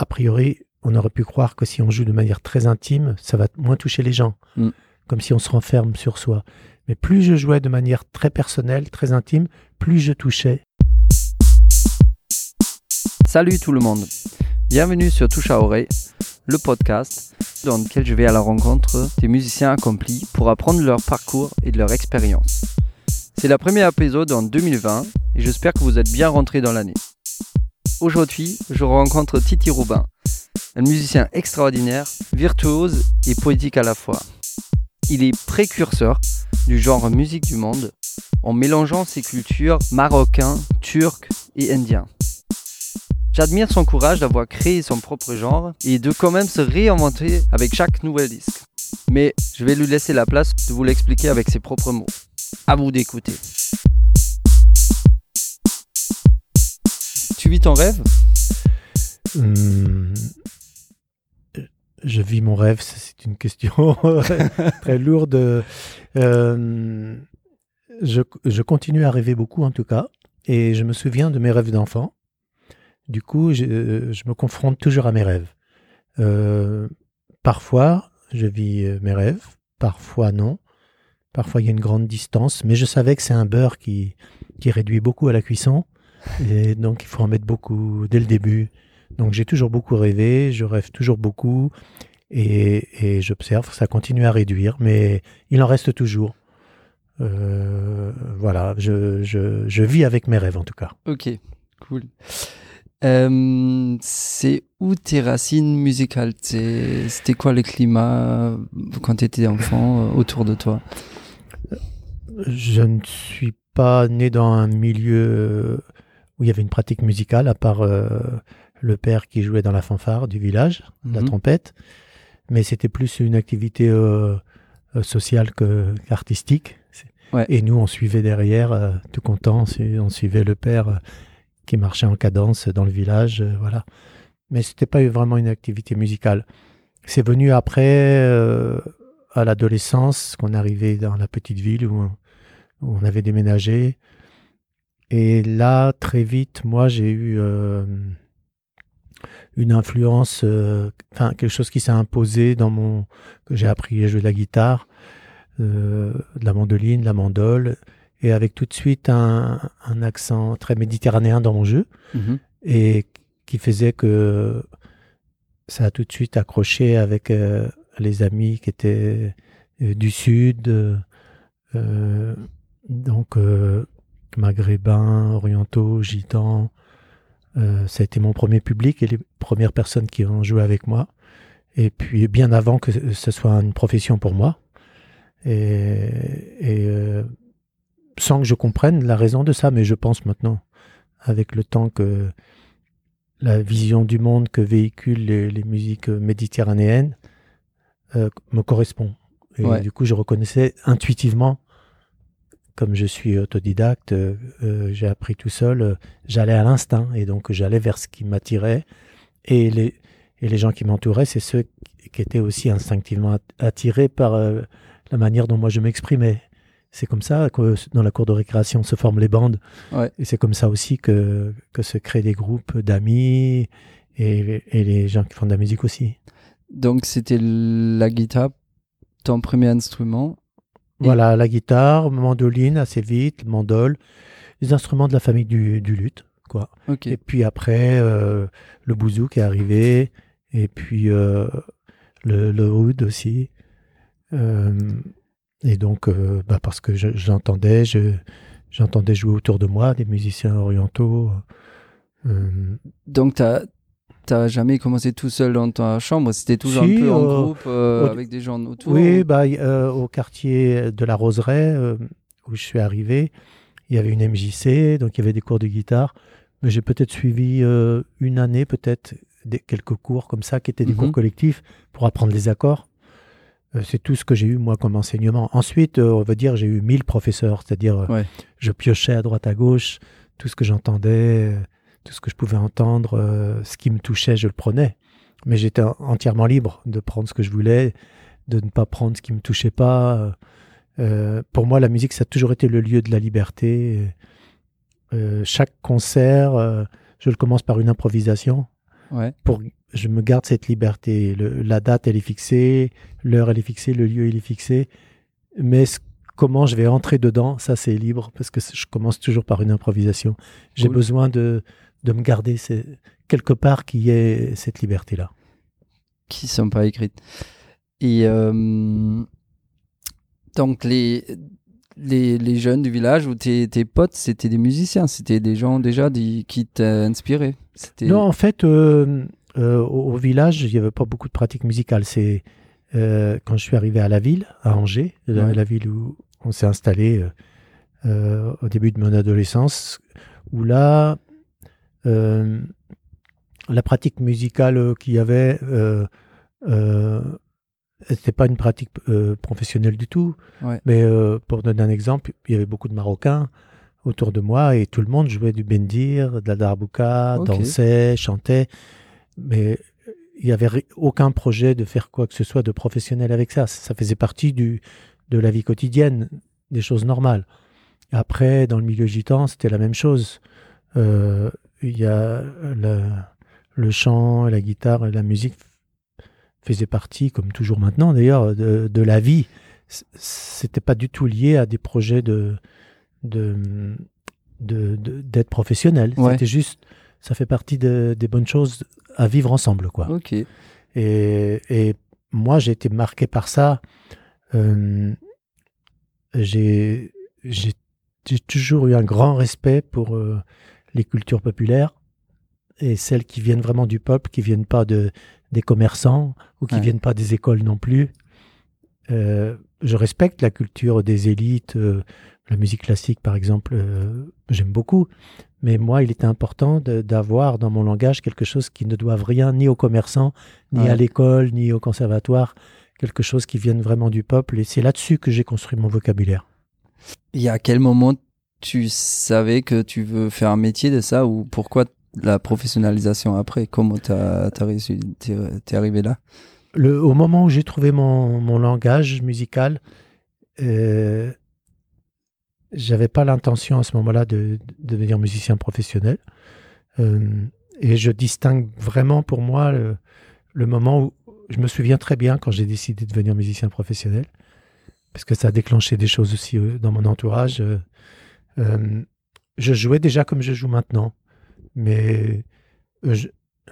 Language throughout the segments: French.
a priori, on aurait pu croire que si on joue de manière très intime, ça va moins toucher les gens, comme si on se renferme sur soi. Mais plus je jouais de manière très personnelle, très intime, plus je touchais. Salut tout le monde, bienvenue sur Touche à Oreille, le podcast dans lequel je vais à la rencontre des musiciens accomplis pour apprendre leur parcours et de leur expérience. C'est la première épisode en 2020 et j'espère que vous êtes bien rentrés dans l'année. Aujourd'hui, je rencontre Titi Robin, un musicien extraordinaire, virtuose et poétique à la fois. Il est précurseur du genre musique du monde en mélangeant ses cultures marocain, turc et indien. J'admire son courage d'avoir créé son propre genre et de quand même se réinventer avec chaque nouvel disque. Mais je vais lui laisser la place de vous l'expliquer avec ses propres mots. À vous d'écouter. Tu vis ton rêve ? Je vis mon rêve, c'est une question très lourde. Je continue à rêver beaucoup en tout cas, et je me souviens de mes rêves d'enfant. Du coup, je me confronte toujours à mes rêves. Parfois, je vis mes rêves, parfois non. Parfois, il y a une grande distance, mais je savais que c'est un beurre qui réduit beaucoup à la cuisson, et donc il faut en mettre beaucoup dès le début. Donc j'ai toujours beaucoup rêvé, je rêve toujours beaucoup, et j'observe, ça continue à réduire, mais il en reste toujours. Voilà, je vis avec mes rêves en tout cas. Ok, cool. C'est où tes racines musicales ? C'était quoi le climat quand tu étais enfant autour de toi ? Je ne suis pas né dans un milieu où il y avait une pratique musicale, à part le père qui jouait dans la fanfare du village, la trompette. Mais c'était plus une activité sociale qu'artistique. Ouais. Et nous, on suivait derrière, tout content, on suivait le père qui marchait en cadence dans le village, voilà. Mais c'était pas vraiment une activité musicale. C'est venu après, à l'adolescence, qu'on arrivait dans la petite ville où on avait déménagé. Et là, très vite, moi, j'ai eu une influence, quelque chose qui s'est imposé que j'ai appris à jouer de la guitare, de la mandoline, la mandole, et avec tout de suite un accent très méditerranéen dans mon jeu, et qui faisait que ça a tout de suite accroché avec les amis qui étaient du sud, donc maghrébins, orientaux, gitans. Ça a été mon premier public et les premières personnes qui ont joué avec moi. Et puis bien avant que ce soit une profession pour moi. Et sans que je comprenne la raison de ça, mais je pense maintenant, avec le temps, que la vision du monde que véhiculent les musiques méditerranéennes me correspond. Et du coup, je reconnaissais intuitivement, comme je suis autodidacte, j'ai appris tout seul, j'allais à l'instinct, et donc j'allais vers ce qui m'attirait. Et les gens qui m'entouraient, c'est ceux qui étaient aussi instinctivement attirés par la manière dont moi je m'exprimais. C'est comme ça que dans la cour de récréation se forment les bandes. Ouais. Et c'est comme ça aussi que se créent des groupes d'amis et les gens qui font de la musique aussi. Donc c'était la guitare, ton premier instrument ? Voilà, la guitare, mandoline assez vite, mandole, les instruments de la famille du luth, quoi. Okay. Et puis après, le bouzou qui est arrivé, et puis le oud aussi. Et donc, parce que j'entendais jouer autour de moi des musiciens orientaux. Donc, t'as jamais commencé tout seul dans ta chambre ? C'était toujours un peu en groupe avec des gens autour ? Oui, au quartier de la Roseraie, où je suis arrivé, il y avait une MJC, donc il y avait des cours de guitare. Mais j'ai peut-être suivi une année, peut-être quelques cours comme ça, qui étaient des cours collectifs pour apprendre les accords. C'est tout ce que j'ai eu, moi, comme enseignement. Ensuite, on va dire, j'ai eu 1000 professeurs, c'est-à-dire je piochais à droite, à gauche, tout ce que j'entendais, tout ce que je pouvais entendre, ce qui me touchait, je le prenais. Mais j'étais entièrement libre de prendre ce que je voulais, de ne pas prendre ce qui ne me touchait pas. Pour moi, la musique, ça a toujours été le lieu de la liberté. Chaque concert, je le commence par une improvisation. Ouais. Je me garde cette liberté. La date, elle est fixée, l'heure, elle est fixée, le lieu, il est fixé. Mais comment je vais entrer dedans, ça, c'est libre, parce que je commence toujours par une improvisation. J'ai besoin de me garder quelque part qu'il y ait cette liberté-là. Qui ne sont pas écrites. Et donc, les jeunes du village ou tes potes, c'était des musiciens, c'était des gens déjà qui t'ont inspiré. Non, en fait, au village, il n'y avait pas beaucoup de pratique musicale. C'est quand je suis arrivé à la ville, à Angers, la ville où on s'est installé au début de mon adolescence, où là, la pratique musicale qu'il y avait n'était pas une pratique professionnelle du tout. Ouais. Mais pour donner un exemple, il y avait beaucoup de Marocains autour de moi et tout le monde jouait du bendir, de la darbouka, dansait, chantait. Mais il n'y avait aucun projet de faire quoi que ce soit de professionnel avec ça. Ça faisait partie de la vie quotidienne, des choses normales. Après, dans le milieu gitan, c'était la même chose. Il y a le chant, la guitare et la musique faisait partie, comme toujours maintenant d'ailleurs, de la vie. C'était pas du tout lié à des projets d'être professionnel. Ouais. C'était juste, ça fait partie des bonnes choses à vivre ensemble, quoi. Ok. Et moi, j'ai été marqué par ça. J'ai toujours eu un grand respect pour les cultures populaires et celles qui viennent vraiment du peuple, qui viennent pas des commerçants ou qui viennent pas des écoles non plus. Je respecte la culture des élites, la musique classique par exemple, j'aime beaucoup. Mais moi, il était important d'avoir dans mon langage quelque chose qui ne doive rien ni aux commerçants, ni à l'école, ni au conservatoire, quelque chose qui vienne vraiment du peuple. Et c'est là-dessus que j'ai construit mon vocabulaire. Et à quel moment tu savais que tu veux faire un métier de ça ou pourquoi la professionnalisation après? Comment t'as réussi, t'es arrivé là? Au moment où j'ai trouvé mon langage musical, j'avais pas l'intention à ce moment-là de devenir musicien professionnel. Et je distingue vraiment pour moi le moment où je me souviens très bien quand j'ai décidé de devenir musicien professionnel, parce que ça a déclenché des choses aussi dans mon entourage. Je jouais déjà comme je joue maintenant, mais je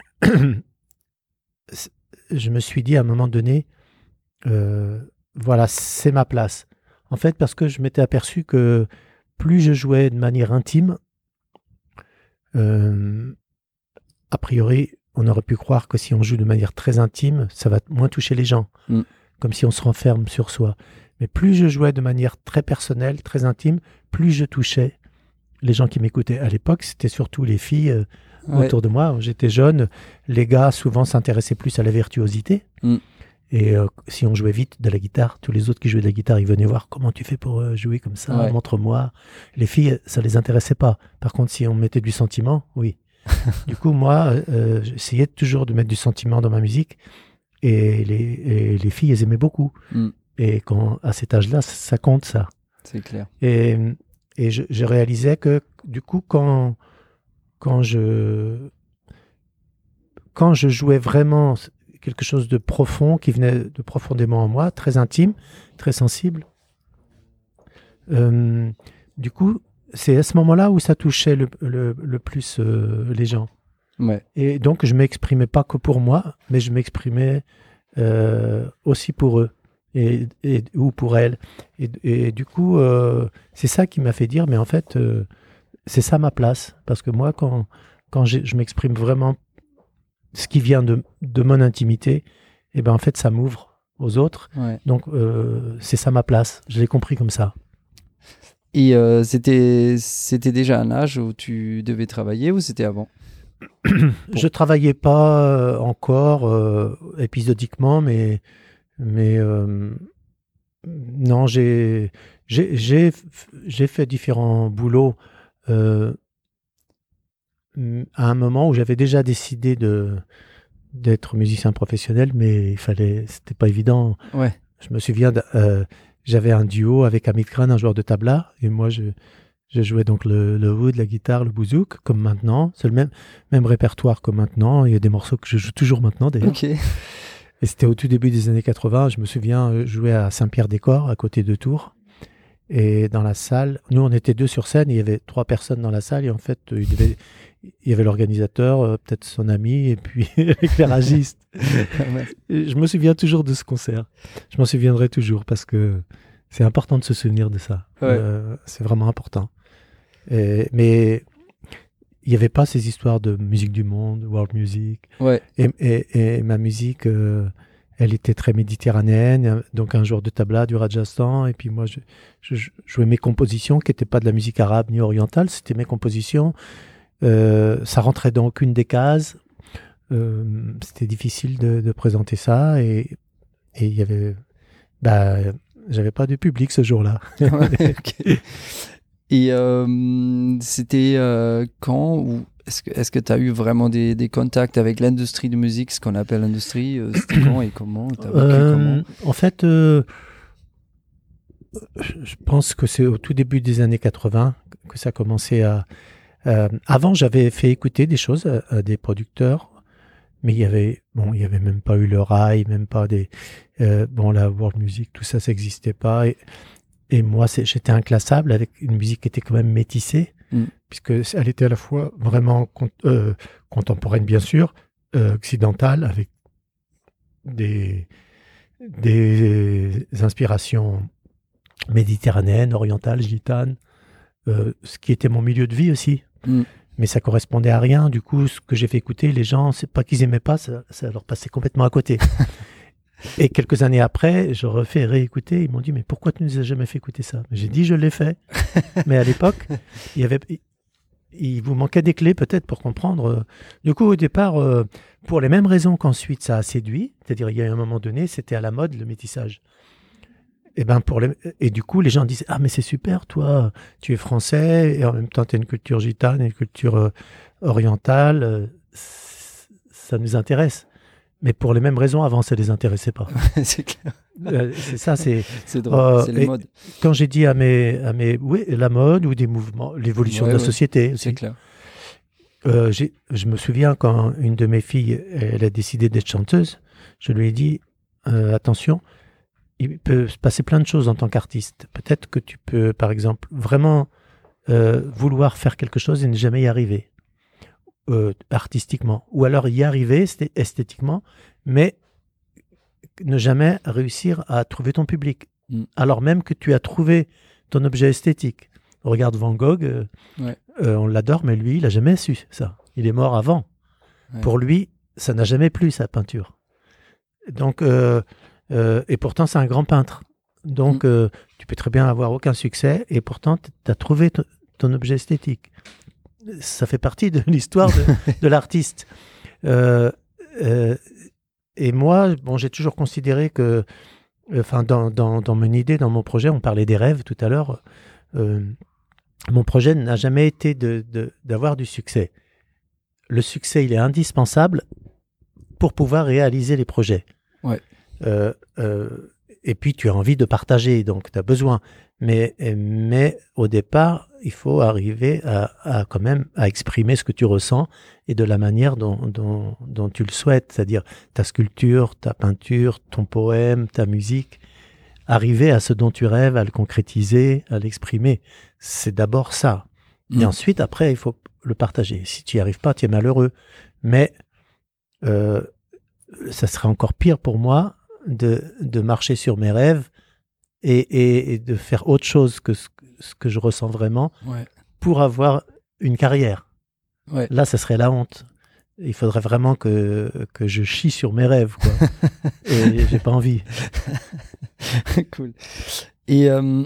me suis dit à un moment donné, voilà, c'est ma place. En fait, parce que je m'étais aperçu que plus je jouais de manière intime, a priori, on aurait pu croire que si on joue de manière très intime, ça va moins toucher les gens, comme si on se renferme sur soi. Mais plus je jouais de manière très personnelle, très intime, plus je touchais les gens qui m'écoutaient. À l'époque, c'était surtout les filles autour de moi. J'étais jeune, les gars souvent s'intéressaient plus à la virtuosité. Et si on jouait vite de la guitare, tous les autres qui jouaient de la guitare, ils venaient voir comment tu fais pour jouer comme ça, montre-moi. Les filles, ça les intéressait pas. Par contre, si on mettait du sentiment, oui. Du coup, moi, j'essayais toujours de mettre du sentiment dans ma musique et les filles, elles aimaient beaucoup. Et à cet âge-là, ça compte, ça. C'est clair. Et je réalisais que, du coup, quand je jouais vraiment quelque chose de profond, qui venait de profondément en moi, très intime, très sensible, du coup, c'est à ce moment-là où ça touchait le plus les gens. Ouais. Et donc, je ne m'exprimais pas que pour moi, mais je m'exprimais aussi pour eux ou pour elles. Et du coup, c'est ça qui m'a fait dire, mais en fait, c'est ça ma place. Parce que moi, quand je m'exprime vraiment ce qui vient de mon intimité, et ben en fait, ça m'ouvre aux autres. Ouais. Donc, c'est ça ma place. Je l'ai compris comme ça. Et c'était déjà un âge où tu devais travailler ou c'était avant? Je travaillais pas encore épisodiquement, mais non, j'ai fait différents boulots à un moment où j'avais déjà décidé d'être musicien professionnel, mais c'était pas évident. Ouais. Je me souviens, j'avais un duo avec Amit Khan, un joueur de tabla, et moi Je jouais donc le oud, la guitare, le bouzouk, comme maintenant. C'est le même répertoire que maintenant. Il y a des morceaux que je joue toujours maintenant, d'ailleurs. Ok. Et c'était au tout début des années 80. Je me souviens jouer à Saint-Pierre-des-Corps, à côté de Tours. Et dans la salle, nous, on était 2 sur scène. Il y avait 3 personnes dans la salle. Et en fait, il y avait l'organisateur, peut-être son ami, et puis l'éclairagiste. Je me souviens toujours de ce concert. Je m'en souviendrai toujours parce que c'est important de se souvenir de ça. Ouais. C'est vraiment important. Mais il n'y avait pas ces histoires de musique du monde, world music. Ouais. Et ma musique, elle était très méditerranéenne. Donc un jour de tabla, du Rajasthan. Et puis moi, je jouais mes compositions qui n'étaient pas de la musique arabe ni orientale. C'était mes compositions. Ça rentrait dans aucune des cases. C'était difficile de présenter ça. Et il y avait... j'avais pas de public ce jour-là. Ouais, ok. Et c'était quand ou est-ce que tu as eu vraiment des contacts avec l'industrie de musique, ce qu'on appelle l'industrie? C'était quand et comment? T'as vécu comment? En fait, je pense que c'est au tout début des années 80 que ça a commencé à... avant, j'avais fait écouter des choses à des producteurs, mais il y avait même pas eu le rail, même pas la world music, tout ça n'existait pas. Et moi, j'étais inclassable avec une musique qui était quand même métissée, puisque elle était à la fois vraiment contemporaine, bien sûr, occidentale, avec des inspirations méditerranéennes, orientales, gitanes, ce qui était mon milieu de vie aussi. Mais ça correspondait à rien. Du coup, ce que j'ai fait écouter, les gens, c'est pas qu'ils aimaient pas, ça leur passait complètement à côté. Et quelques années après, je refais réécouter. Ils m'ont dit, mais pourquoi tu ne nous as jamais fait écouter ça? J'ai dit, je l'ai fait. Mais à l'époque, il vous manquait des clés peut-être pour comprendre. Du coup, au départ, pour les mêmes raisons qu'ensuite ça a séduit, c'est-à-dire il y a un moment donné, c'était à la mode le métissage. Et du coup, les gens disaient, ah mais c'est super, toi, tu es français et en même temps tu as une culture gitane, une culture orientale, ça nous intéresse. Mais pour les mêmes raisons, avant, ça ne les intéressait pas. C'est clair. C'est ça, c'est drôle, c'est les modes. Quand j'ai dit à mes oui, la mode ou des mouvements, l'évolution de la société aussi. C'est clair. Je me souviens quand une de mes filles, elle a décidé d'être chanteuse, je lui ai dit, attention, il peut se passer plein de choses en tant qu'artiste. Peut-être que tu peux, par exemple, vraiment vouloir faire quelque chose et ne jamais y arriver. Artistiquement, ou alors y arriver esthétiquement, mais ne jamais réussir à trouver ton public, alors même que tu as trouvé ton objet esthétique. Regarde Van Gogh, on l'adore, mais lui, il n'a jamais su ça. Il est mort avant. Ouais. Pour lui, ça n'a jamais plu, sa peinture. Donc, et pourtant, c'est un grand peintre. Donc, tu peux très bien avoir aucun succès, et pourtant, tu as trouvé ton objet esthétique. Ça fait partie de l'histoire de l'artiste. Et moi, j'ai toujours considéré que, dans mon idée, dans mon projet, on parlait des rêves tout à l'heure, mon projet n'a jamais été d'avoir du succès. Le succès, il est indispensable pour pouvoir réaliser les projets. Ouais. Et puis, tu as envie de partager, donc tu as besoin. Mais au départ, il faut arriver à quand même à exprimer ce que tu ressens et de la manière dont tu le souhaites, c'est-à-dire ta sculpture, ta peinture, ton poème, ta musique. Arriver à ce dont tu rêves, à le concrétiser, à l'exprimer, c'est d'abord ça. Et ensuite, après, il faut le partager. Si tu n'y arrives pas, tu es malheureux. Mais ça serait encore pire pour moi de marcher sur mes rêves et de faire autre chose que ce que je ressens vraiment pour avoir une carrière. Ouais. Là, ça serait la honte. Il faudrait vraiment que je chie sur mes rêves, quoi. Et j'ai pas envie. Cool. Et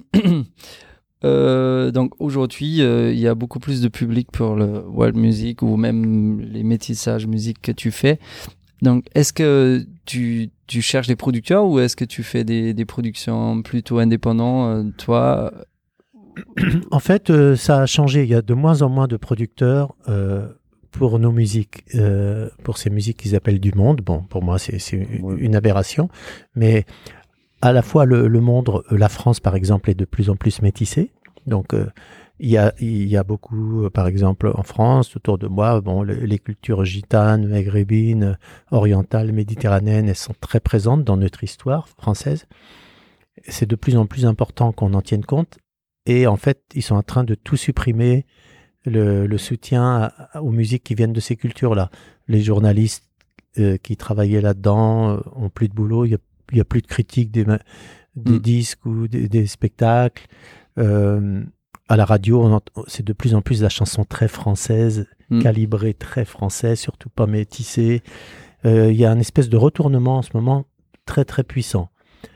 donc aujourd'hui, il y a beaucoup plus de public pour le world music ou même les métissages musique que tu fais. Donc, est-ce que tu cherches des producteurs ou est-ce que tu fais des productions plutôt indépendantes, toi? En fait, ça a changé. Il y a de moins en moins de producteurs pour nos musiques, pour ces musiques qu'ils appellent du monde. Bon, pour moi, c'est une aberration. Mais à la fois, le monde, la France, par exemple, est de plus en plus métissée. Donc, Il y a beaucoup, par exemple, en France, autour de moi, bon, les cultures gitanes, maghrébines, orientales, méditerranéennes, elles sont très présentes dans notre histoire française. C'est de plus en plus important qu'on en tienne compte. Et en fait, ils sont en train de tout supprimer, le soutien aux musiques qui viennent de ces cultures-là. Les journalistes qui travaillaient là-dedans ont plus de boulot. Il y a plus de critiques des disques ou des spectacles. À la radio, c'est de plus en plus la chanson très française, calibrée très française, surtout pas métissée. Il y a une espèce de retournement en ce moment très très puissant.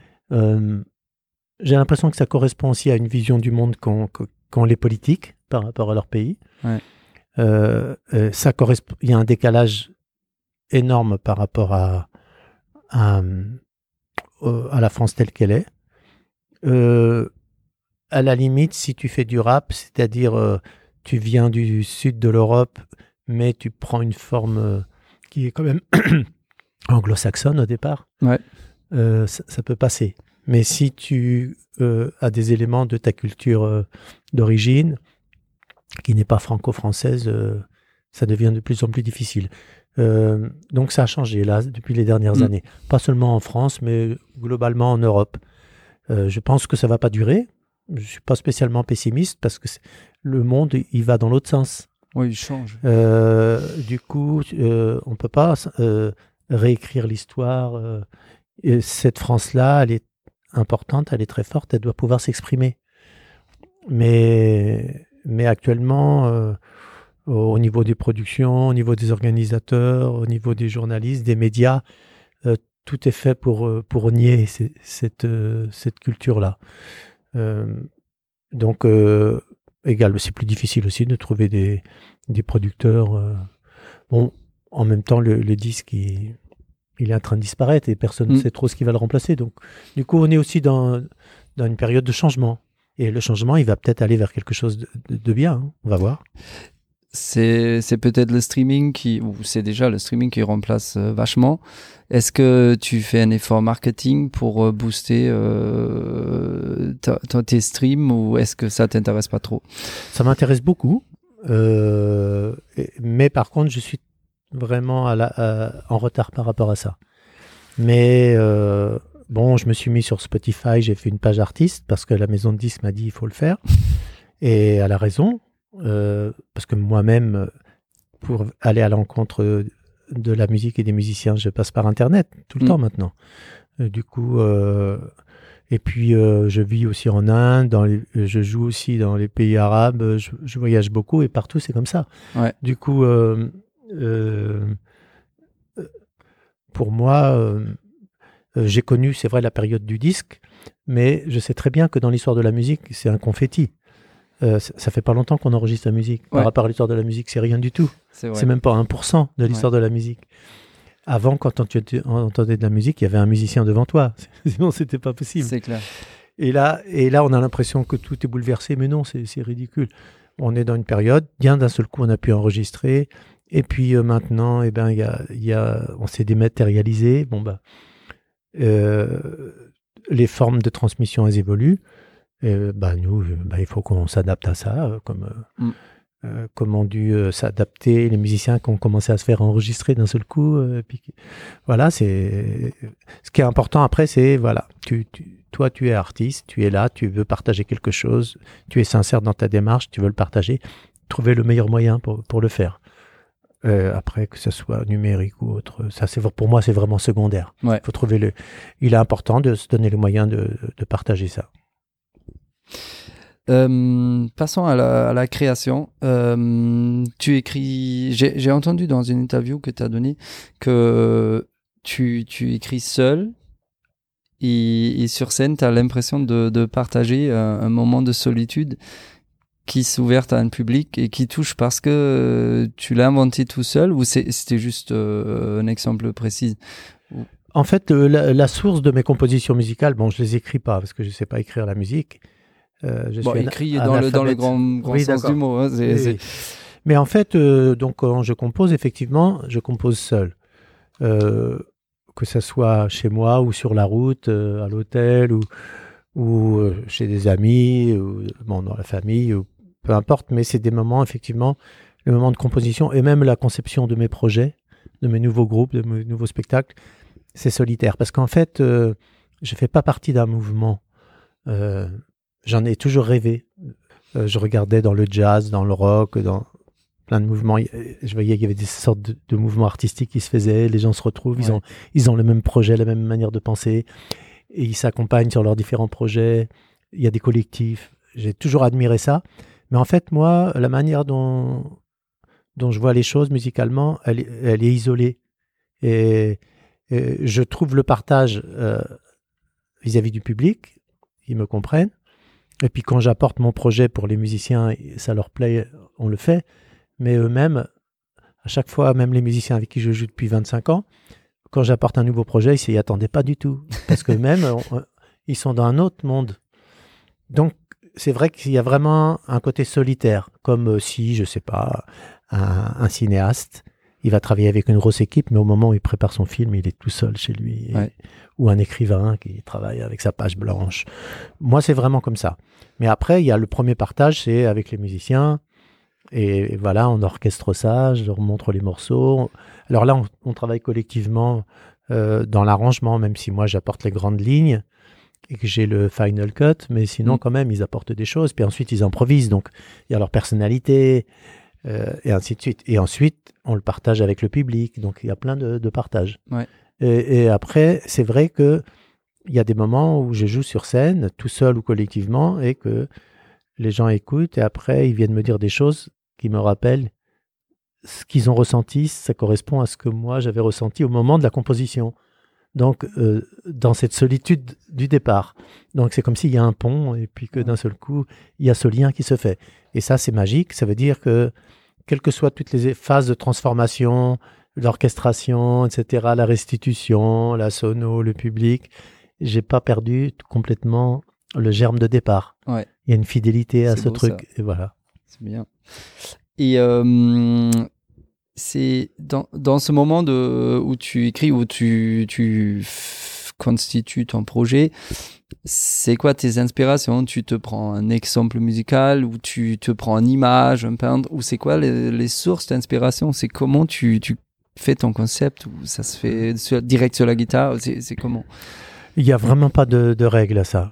J'ai l'impression que ça correspond aussi à une vision du monde qu'ont les politiques par rapport à leur pays. Ouais. Ça correspond. Il y a un décalage énorme par rapport à la France telle qu'elle est. À la limite, si tu fais du rap, c'est-à-dire tu viens du sud de l'Europe, mais tu prends une forme qui est quand même anglo-saxonne au départ, ça peut passer. Mais si tu as des éléments de ta culture d'origine, qui n'est pas franco-française, ça devient de plus en plus difficile. Donc ça a changé là depuis les dernières années. Pas seulement en France, mais globalement en Europe. Je pense que ça ne va pas durer. Je ne suis pas spécialement pessimiste parce que le monde, il va dans l'autre sens. Oui, il change. Du coup, on ne peut pas réécrire l'histoire. Et cette France-là, elle est importante, elle est très forte, elle doit pouvoir s'exprimer. Mais actuellement, au niveau des productions, au niveau des organisateurs, au niveau des journalistes, des médias, tout est fait pour nier cette culture-là. Donc, c'est plus difficile aussi de trouver des producteurs. Bon, en même temps, le disque, il est en train de disparaître et personne ne sait trop ce qui va le remplacer. Donc, du coup, on est aussi dans une période de changement. Et le changement, il va peut-être aller vers quelque chose de bien. Hein. On va voir. C'est peut-être le streaming ou c'est déjà le streaming qui remplace vachement. Est-ce que tu fais un effort marketing pour booster tes streams ou est-ce que ça t'intéresse pas trop? Ça m'intéresse beaucoup, mais par contre, je suis vraiment en retard par rapport à ça. Mais bon, je me suis mis sur Spotify, j'ai fait une page artiste parce que la maison de disques m'a dit il faut le faire. Et elle a raison. Parce que moi-même, pour aller à l'encontre de la musique et des musiciens, je passe par Internet tout le temps maintenant. Du coup, et puis je vis aussi en Inde, je joue aussi dans les pays arabes, je voyage beaucoup et partout c'est comme ça. Ouais. Du coup, pour moi, j'ai connu, c'est vrai, la période du disque, mais je sais très bien que dans l'histoire de la musique, c'est un confetti. Ça fait pas longtemps qu'on enregistre la musique. Par rapport à l'histoire de la musique, c'est rien du tout. C'est même pas 1% de l'histoire de la musique. Avant, quand on entendait de la musique, il y avait un musicien devant toi. Sinon, c'était pas possible. C'est clair. Et là, on a l'impression que tout est bouleversé, mais non, c'est ridicule. On est dans une période, bien d'un seul coup, on a pu enregistrer. Et puis maintenant, on s'est dématérialisé. Bon, les formes de transmission, elles évoluent. Nous, il faut qu'on s'adapte à ça, comme ont dû s'adapter les musiciens qui ont commencé à se faire enregistrer d'un seul coup. Voilà, ce qui est important après, c'est voilà, toi, tu es artiste, tu es là, tu veux partager quelque chose, tu es sincère dans ta démarche, tu veux le partager, trouver le meilleur moyen pour le faire. Après, que ce soit numérique ou autre, ça pour moi c'est vraiment secondaire. Faut trouver il est important de se donner les moyens de partager ça. Passons à la création. Tu écris. J'ai entendu dans une interview que tu as donnée que tu écris seul et sur scène, tu as l'impression de partager un moment de solitude qui s'ouvre à un public et qui touche parce que tu l'as inventé tout seul ou c'était juste un exemple précis? En fait, la source de mes compositions musicales, bon, je les écris pas parce que je sais pas écrire la musique. Écrit dans le grand sens du mot. Hein, Mais en fait, donc quand je compose, effectivement, je compose seul. Que ça soit chez moi ou sur la route, à l'hôtel ou chez des amis, ou dans la famille, ou peu importe, mais c'est des moments, effectivement, le moment de composition et même la conception de mes projets, de mes nouveaux groupes, de mes nouveaux spectacles, c'est solitaire. Parce qu'en fait, je ne fais pas partie d'un mouvement. J'en ai toujours rêvé. Je regardais dans le jazz, dans le rock, dans plein de mouvements. Je voyais qu'il y avait des sortes de mouvements artistiques qui se faisaient. Les gens se retrouvent, ils ont le même projet, la même manière de penser. Et ils s'accompagnent sur leurs différents projets. Il y a des collectifs. J'ai toujours admiré ça. Mais en fait, moi, la manière dont je vois les choses musicalement, elle est isolée. Et je trouve le partage vis-à-vis du public. Ils me comprennent. Et puis quand j'apporte mon projet pour les musiciens, ça leur plaît, on le fait. Mais eux-mêmes, à chaque fois, même les musiciens avec qui je joue depuis 25 ans, quand j'apporte un nouveau projet, ils ne s'y attendaient pas du tout. Parce qu'eux-mêmes, ils sont dans un autre monde. Donc, c'est vrai qu'il y a vraiment un côté solitaire. Comme si, je ne sais pas, un cinéaste, il va travailler avec une grosse équipe, mais au moment où il prépare son film, il est tout seul chez lui. Ou un écrivain qui travaille avec sa page blanche. Moi, c'est vraiment comme ça. Mais après, il y a le premier partage, c'est avec les musiciens. Et voilà, on orchestre ça, je leur montre les morceaux. Alors là, on travaille collectivement dans l'arrangement, même si moi, j'apporte les grandes lignes et que j'ai le final cut. Mais sinon, quand même, ils apportent des choses. Puis ensuite, ils improvisent. Donc, il y a leur personnalité et ainsi de suite. Et ensuite, on le partage avec le public. Donc, il y a plein de partages. Ouais. Et après, c'est vrai qu'il y a des moments où je joue sur scène, tout seul ou collectivement, et que les gens écoutent. Et après, ils viennent me dire des choses qui me rappellent ce qu'ils ont ressenti. Ça correspond à ce que moi, j'avais ressenti au moment de la composition. Donc, dans cette solitude du départ. Donc, c'est comme s'il y a un pont et puis que d'un seul coup, il y a ce lien qui se fait. Et ça, c'est magique. Ça veut dire que, quelles que soient toutes les phases de transformation, l'orchestration, etc., la restitution, la sono, le public, j'ai pas perdu complètement le germe de départ. Ouais. Il y a une fidélité à C'est ce beau, truc. ça. Et voilà. C'est bien. Et c'est dans ce moment où tu écris, où tu constitues ton projet, c'est quoi tes inspirations? Tu te prends un exemple musical ou tu te prends une image, un peintre, ou c'est quoi les sources d'inspiration? C'est comment tu fais ton concept, ou ça se fait direct sur la guitare? C'est comment? Il n'y a vraiment pas de règle à ça.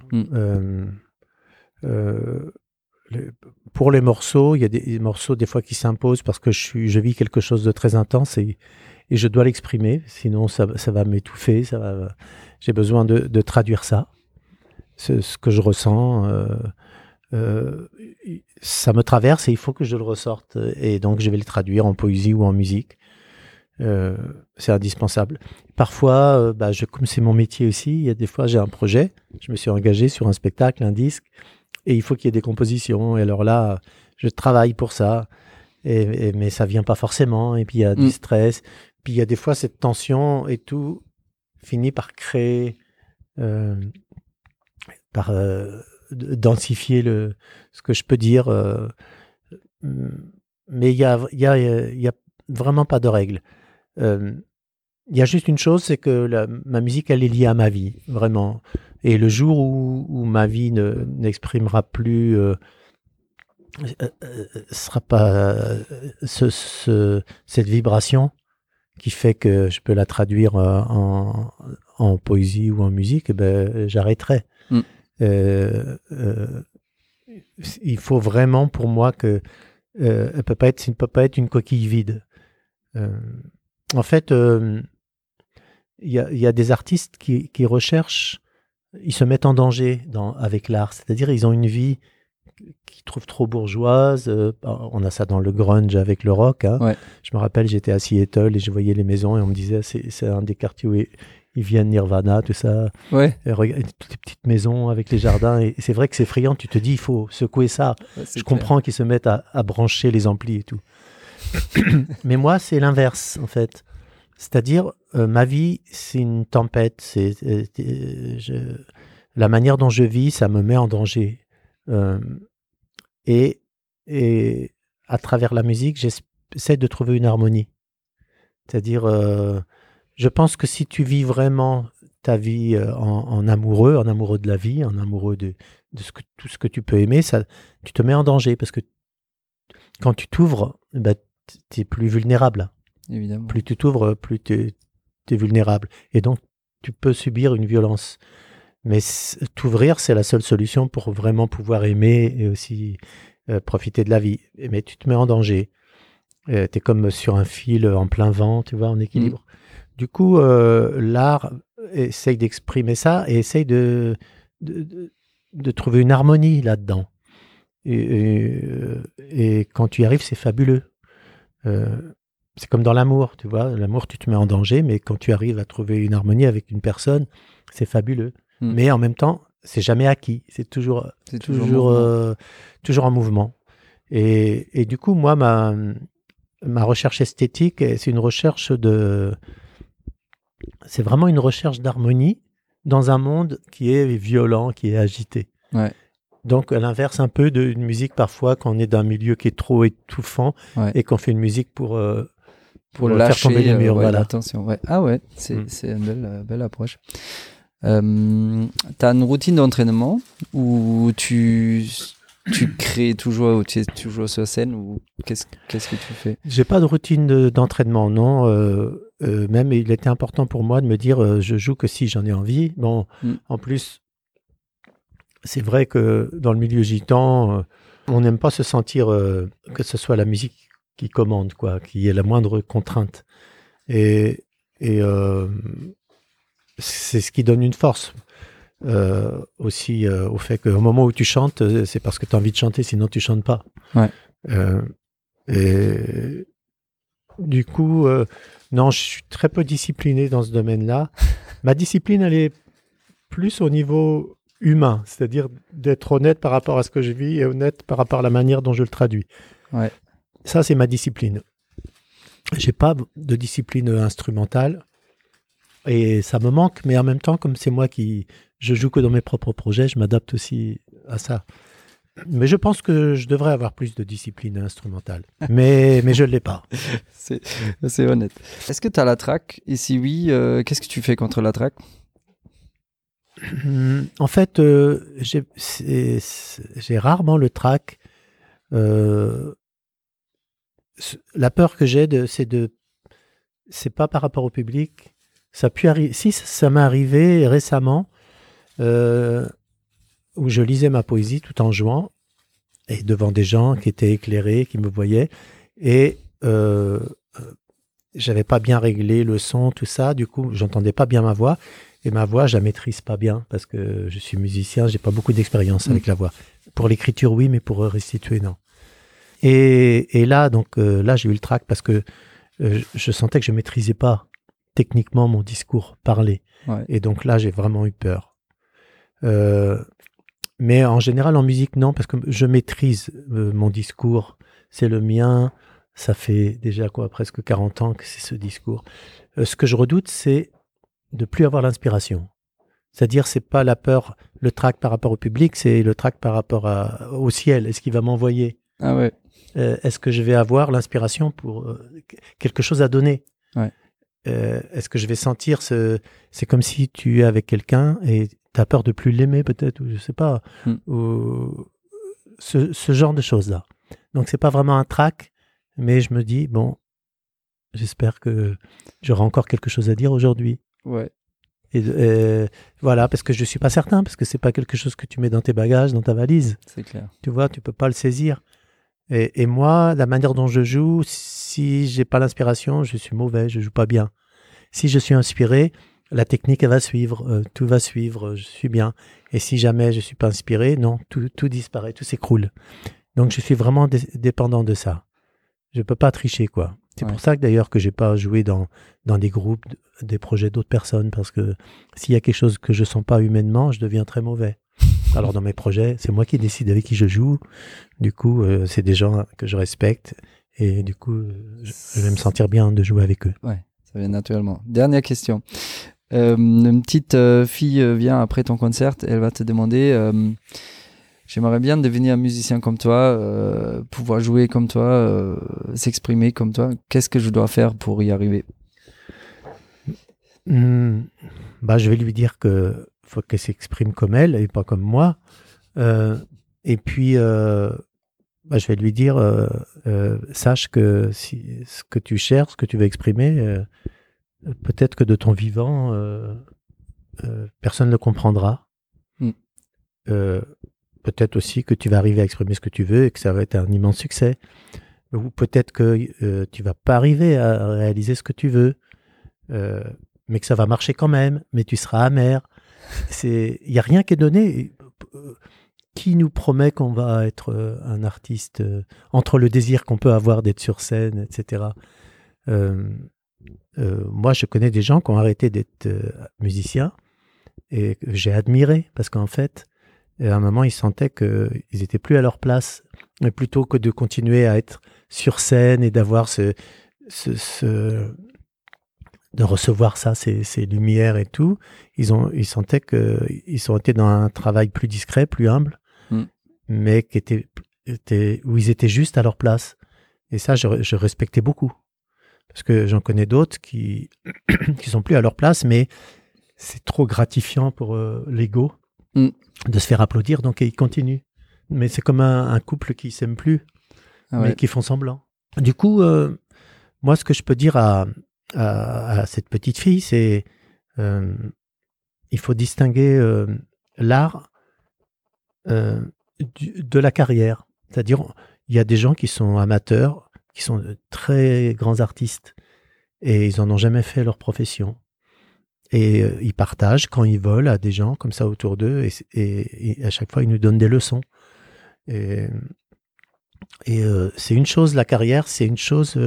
Pour les morceaux, il y a des morceaux des fois qui s'imposent parce que je vis quelque chose de très intense et je dois l'exprimer, sinon ça va m'étouffer, j'ai besoin de traduire ça, ce que je ressens, ça me traverse et il faut que je le ressorte et donc je vais le traduire en poésie ou en musique. C'est indispensable. Parfois, comme c'est mon métier aussi, il y a des fois j'ai un projet, je me suis engagé sur un spectacle, un disque, et il faut qu'il y ait des compositions. Et alors là, je travaille pour ça, mais ça vient pas forcément. Et puis il y a du stress. Puis il y a des fois cette tension et tout finit par créer, par densifier ce que je peux dire. Mais il y a vraiment pas de règle. Il y a juste une chose, c'est que ma musique, elle est liée à ma vie, vraiment. Et le jour où ma vie n'exprimera plus, sera pas cette vibration qui fait que je peux la traduire en poésie ou en musique, j'arrêterai. Il faut vraiment, pour moi, que elle ne peut pas être une coquille vide. En fait, il y a des artistes qui recherchent, ils se mettent en danger avec l'art, c'est-à-dire ils ont une vie qu'ils trouvent trop bourgeoise. On a ça dans le grunge avec le rock. Hein. Ouais. Je me rappelle, j'étais à Seattle et je voyais les maisons et on me disait c'est un des quartiers où ils viennent Nirvana, tout ça. Ouais. Regarde toutes les petites maisons avec les jardins. Et c'est vrai que c'est effrayant, tu te dis il faut secouer ça. Ouais, je comprends qu'ils se mettent à brancher les amplis et tout. Mais moi, c'est l'inverse, en fait. C'est-à-dire, ma vie, c'est une tempête. La manière dont je vis, ça me met en danger. Et à travers la musique, j'essaie de trouver une harmonie. C'est-à-dire, je pense que si tu vis vraiment ta vie en amoureux de la vie, en amoureux de tout ce que tu peux aimer, tu te mets en danger parce que quand tu t'ouvres, bah, tu es plus vulnérable. Évidemment. Plus tu t'ouvres, plus tu es vulnérable. Et donc, tu peux subir une violence. Mais t'ouvrir, c'est la seule solution pour vraiment pouvoir aimer et aussi profiter de la vie. Mais tu te mets en danger. Tu es comme sur un fil en plein vent, tu vois, en équilibre. Du coup, l'art essaye d'exprimer ça et essaye de trouver une harmonie là-dedans. Et quand tu y arrives, c'est fabuleux. C'est comme dans l'amour, tu vois. L'amour, tu te mets en danger, mais quand tu arrives à trouver une harmonie avec une personne, c'est fabuleux. Mais en même temps, c'est jamais acquis. C'est toujours en mouvement. Et du coup, moi, ma recherche esthétique, c'est une recherche c'est vraiment une recherche d'harmonie dans un monde qui est violent, qui est agité. Ouais. Donc, à l'inverse un peu d'une musique parfois quand on est dans un milieu qui est trop étouffant et qu'on fait une musique pour lâcher, faire tomber les murs. Voilà. Attention. Ouais. Ah ouais, c'est une belle approche. T'as une routine d'entraînement où tu crées toujours, tu es toujours sur scène ou qu'est-ce que tu fais? J'ai pas de routine d'entraînement, non. Même il était important pour moi de me dire je joue que si j'en ai envie. Bon, en plus, c'est vrai que dans le milieu gitan, on n'aime pas se sentir que ce soit la musique qui commande, quoi, qui est la moindre contrainte. Et c'est ce qui donne une force aussi au fait qu'au moment où tu chantes, c'est parce que tu as envie de chanter, sinon tu chantes pas. Ouais. Et du coup, non, je suis très peu discipliné dans ce domaine-là. Ma discipline, elle est plus au niveau humain, c'est-à-dire d'être honnête par rapport à ce que je vis et honnête par rapport à la manière dont je le traduis. Ouais. Ça, c'est ma discipline. J'ai pas de discipline instrumentale et ça me manque, mais en même temps, comme c'est moi je joue que dans mes propres projets, je m'adapte aussi à ça. Mais je pense que je devrais avoir plus de discipline instrumentale. Mais je ne l'ai pas. C'est honnête. Est-ce que tu as la track? Et si oui, qu'est-ce que tu fais contre la track? En fait, j'ai rarement le trac. La peur que j'ai, c'est pas par rapport au public. Ça a pu arriver. Si ça m'est arrivé récemment, où je lisais ma poésie tout en jouant et devant des gens qui étaient éclairés, qui me voyaient, et j'avais pas bien réglé le son, tout ça. Du coup, j'entendais pas bien ma voix. Et ma voix, je la maîtrise pas bien parce que je suis musicien, j'ai pas beaucoup d'expérience avec la voix. Pour l'écriture, oui, mais pour restituer, non. Et là, donc, là, j'ai eu le trac parce que je sentais que je maîtrisais pas techniquement mon discours parlé. Ouais. Et donc là, j'ai vraiment eu peur. Mais en général, en musique, non, parce que je maîtrise mon discours. C'est le mien. Ça fait déjà presque 40 ans que c'est ce discours. Ce que je redoute, c'est de plus avoir l'inspiration. C'est-à-dire, c'est pas la peur, le trac par rapport au public, c'est le trac par rapport au ciel. Est-ce qu'il va m'envoyer? Ah ouais. Est-ce que je vais avoir l'inspiration pour quelque chose à donner? Ouais. Est-ce que je vais sentir c'est comme si tu es avec quelqu'un et tu as peur de plus l'aimer peut-être, ou je sais pas, ou ce genre de choses-là. Donc, c'est pas vraiment un trac, mais je me dis, bon, j'espère que j'aurai encore quelque chose à dire aujourd'hui. Ouais. Et voilà, parce que je suis pas certain, parce que c'est pas quelque chose que tu mets dans tes bagages, dans ta valise. C'est clair. Tu vois, tu peux pas le saisir. Et moi, la manière dont je joue, si j'ai pas l'inspiration, je suis mauvais, je joue pas bien. Si je suis inspiré, la technique elle va suivre, tout va suivre, je suis bien. Et si jamais je suis pas inspiré, non, tout disparaît, tout s'écroule. Donc je suis vraiment dépendant de ça. Je peux pas tricher, quoi. C'est pour ça que d'ailleurs que j'ai pas joué dans des groupes, des projets d'autres personnes, parce que s'il y a quelque chose que je sens pas humainement, je deviens très mauvais. Alors dans mes projets, c'est moi qui décide avec qui je joue. Du coup, c'est des gens que je respecte et du coup, je vais me sentir bien de jouer avec eux. Ouais, ça vient naturellement. Dernière question. Une petite fille vient après ton concert, elle va te demander j'aimerais bien devenir un musicien comme toi, pouvoir jouer comme toi, s'exprimer comme toi. Qu'est-ce que je dois faire pour y arriver? Je vais lui dire que faut qu'elle s'exprime comme elle et pas comme moi. Et puis, je vais lui dire, sache que si ce que tu cherches, ce que tu veux exprimer, peut-être que de ton vivant, personne ne le comprendra. Peut-être aussi que tu vas arriver à exprimer ce que tu veux et que ça va être un immense succès. Ou peut-être que tu vas pas arriver à réaliser ce que tu veux, mais que ça va marcher quand même, mais tu seras amer. Il n'y a rien qui est donné. Qui nous promet qu'on va être un artiste entre le désir qu'on peut avoir d'être sur scène, etc. Moi, je connais des gens qui ont arrêté d'être musiciens et que j'ai admiré parce qu'en fait, à un moment, ils sentaient qu'ils n'étaient plus à leur place. Mais plutôt que de continuer à être sur scène et d'avoir de recevoir ça, ces lumières et tout, ils sentaient qu'ils ont été dans un travail plus discret, plus humble, mais où ils étaient juste à leur place. Et ça, je respectais beaucoup. Parce que j'en connais d'autres qui sont plus à leur place, mais c'est trop gratifiant pour l'ego de se faire applaudir, donc ils continuent. Mais c'est comme un couple qui s'aime plus, mais qui font semblant. Du coup, moi, ce que je peux dire à cette petite fille, c'est il faut distinguer l'art de la carrière. C'est-à-dire, il y a des gens qui sont amateurs, qui sont de très grands artistes, et ils en ont jamais fait leur profession. Et ils partagent quand ils veulent à des gens comme ça autour d'eux, et à chaque fois, ils nous donnent des leçons. Et c'est une chose, la carrière, c'est une chose,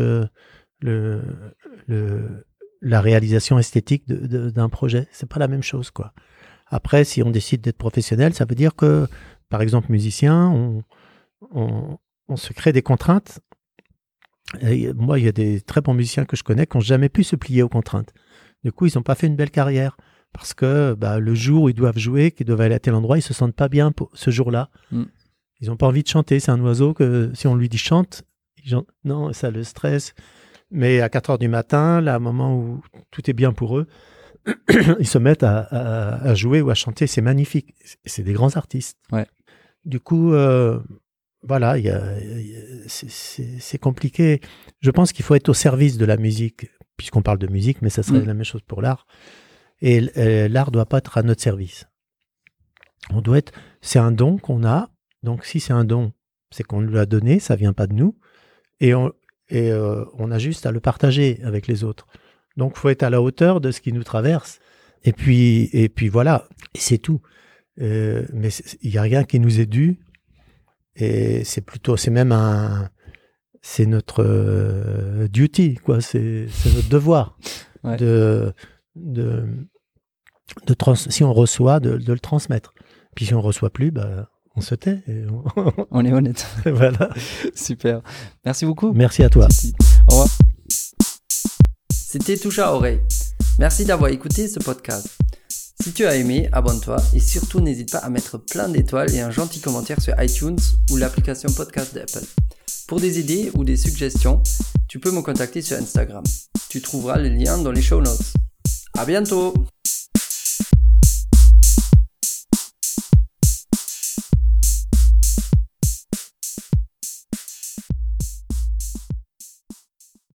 la réalisation esthétique d'un projet, c'est pas la même chose, quoi. Après, si on décide d'être professionnel, ça veut dire que, par exemple, musicien, on se crée des contraintes. Et moi, il y a des très bons musiciens que je connais qui n'ont jamais pu se plier aux contraintes. Du coup, ils n'ont pas fait une belle carrière parce que le jour où ils doivent jouer, qu'ils doivent aller à tel endroit, ils se sentent pas bien pour ce jour-là. Ils n'ont pas envie de chanter. C'est un oiseau que si on lui dit chante, non, ça le stresse. Mais à 4 heures du matin, là, à un moment où tout est bien pour eux, ils se mettent à jouer ou à chanter. C'est magnifique. C'est des grands artistes. Ouais. Du coup, voilà, c'est compliqué. Je pense qu'il faut être au service de la musique, puisqu'on parle de musique, mais ça serait la même chose pour l'art. Et l'art ne doit pas être à notre service. C'est un don qu'on a. Donc, si c'est un don, c'est qu'on nous l'a donné, ça vient pas de nous. Et on a juste à le partager avec les autres. Donc, il faut être à la hauteur de ce qui nous traverse. Et puis voilà, et c'est tout. Mais il n'y a rien qui nous est dû. Et c'est notre duty, quoi. C'est notre devoir si on reçoit, de le transmettre. Puis si on reçoit plus, on se tait. Et on est honnête. Voilà. Super. Merci beaucoup. Merci à toi. Au revoir. C'était Touche à Oreille. Merci d'avoir écouté ce podcast. Si tu as aimé, abonne-toi et surtout n'hésite pas à mettre plein d'étoiles et un gentil commentaire sur iTunes ou l'application podcast d'Apple. Pour des idées ou des suggestions, tu peux me contacter sur Instagram. Tu trouveras le lien dans les show notes. À bientôt!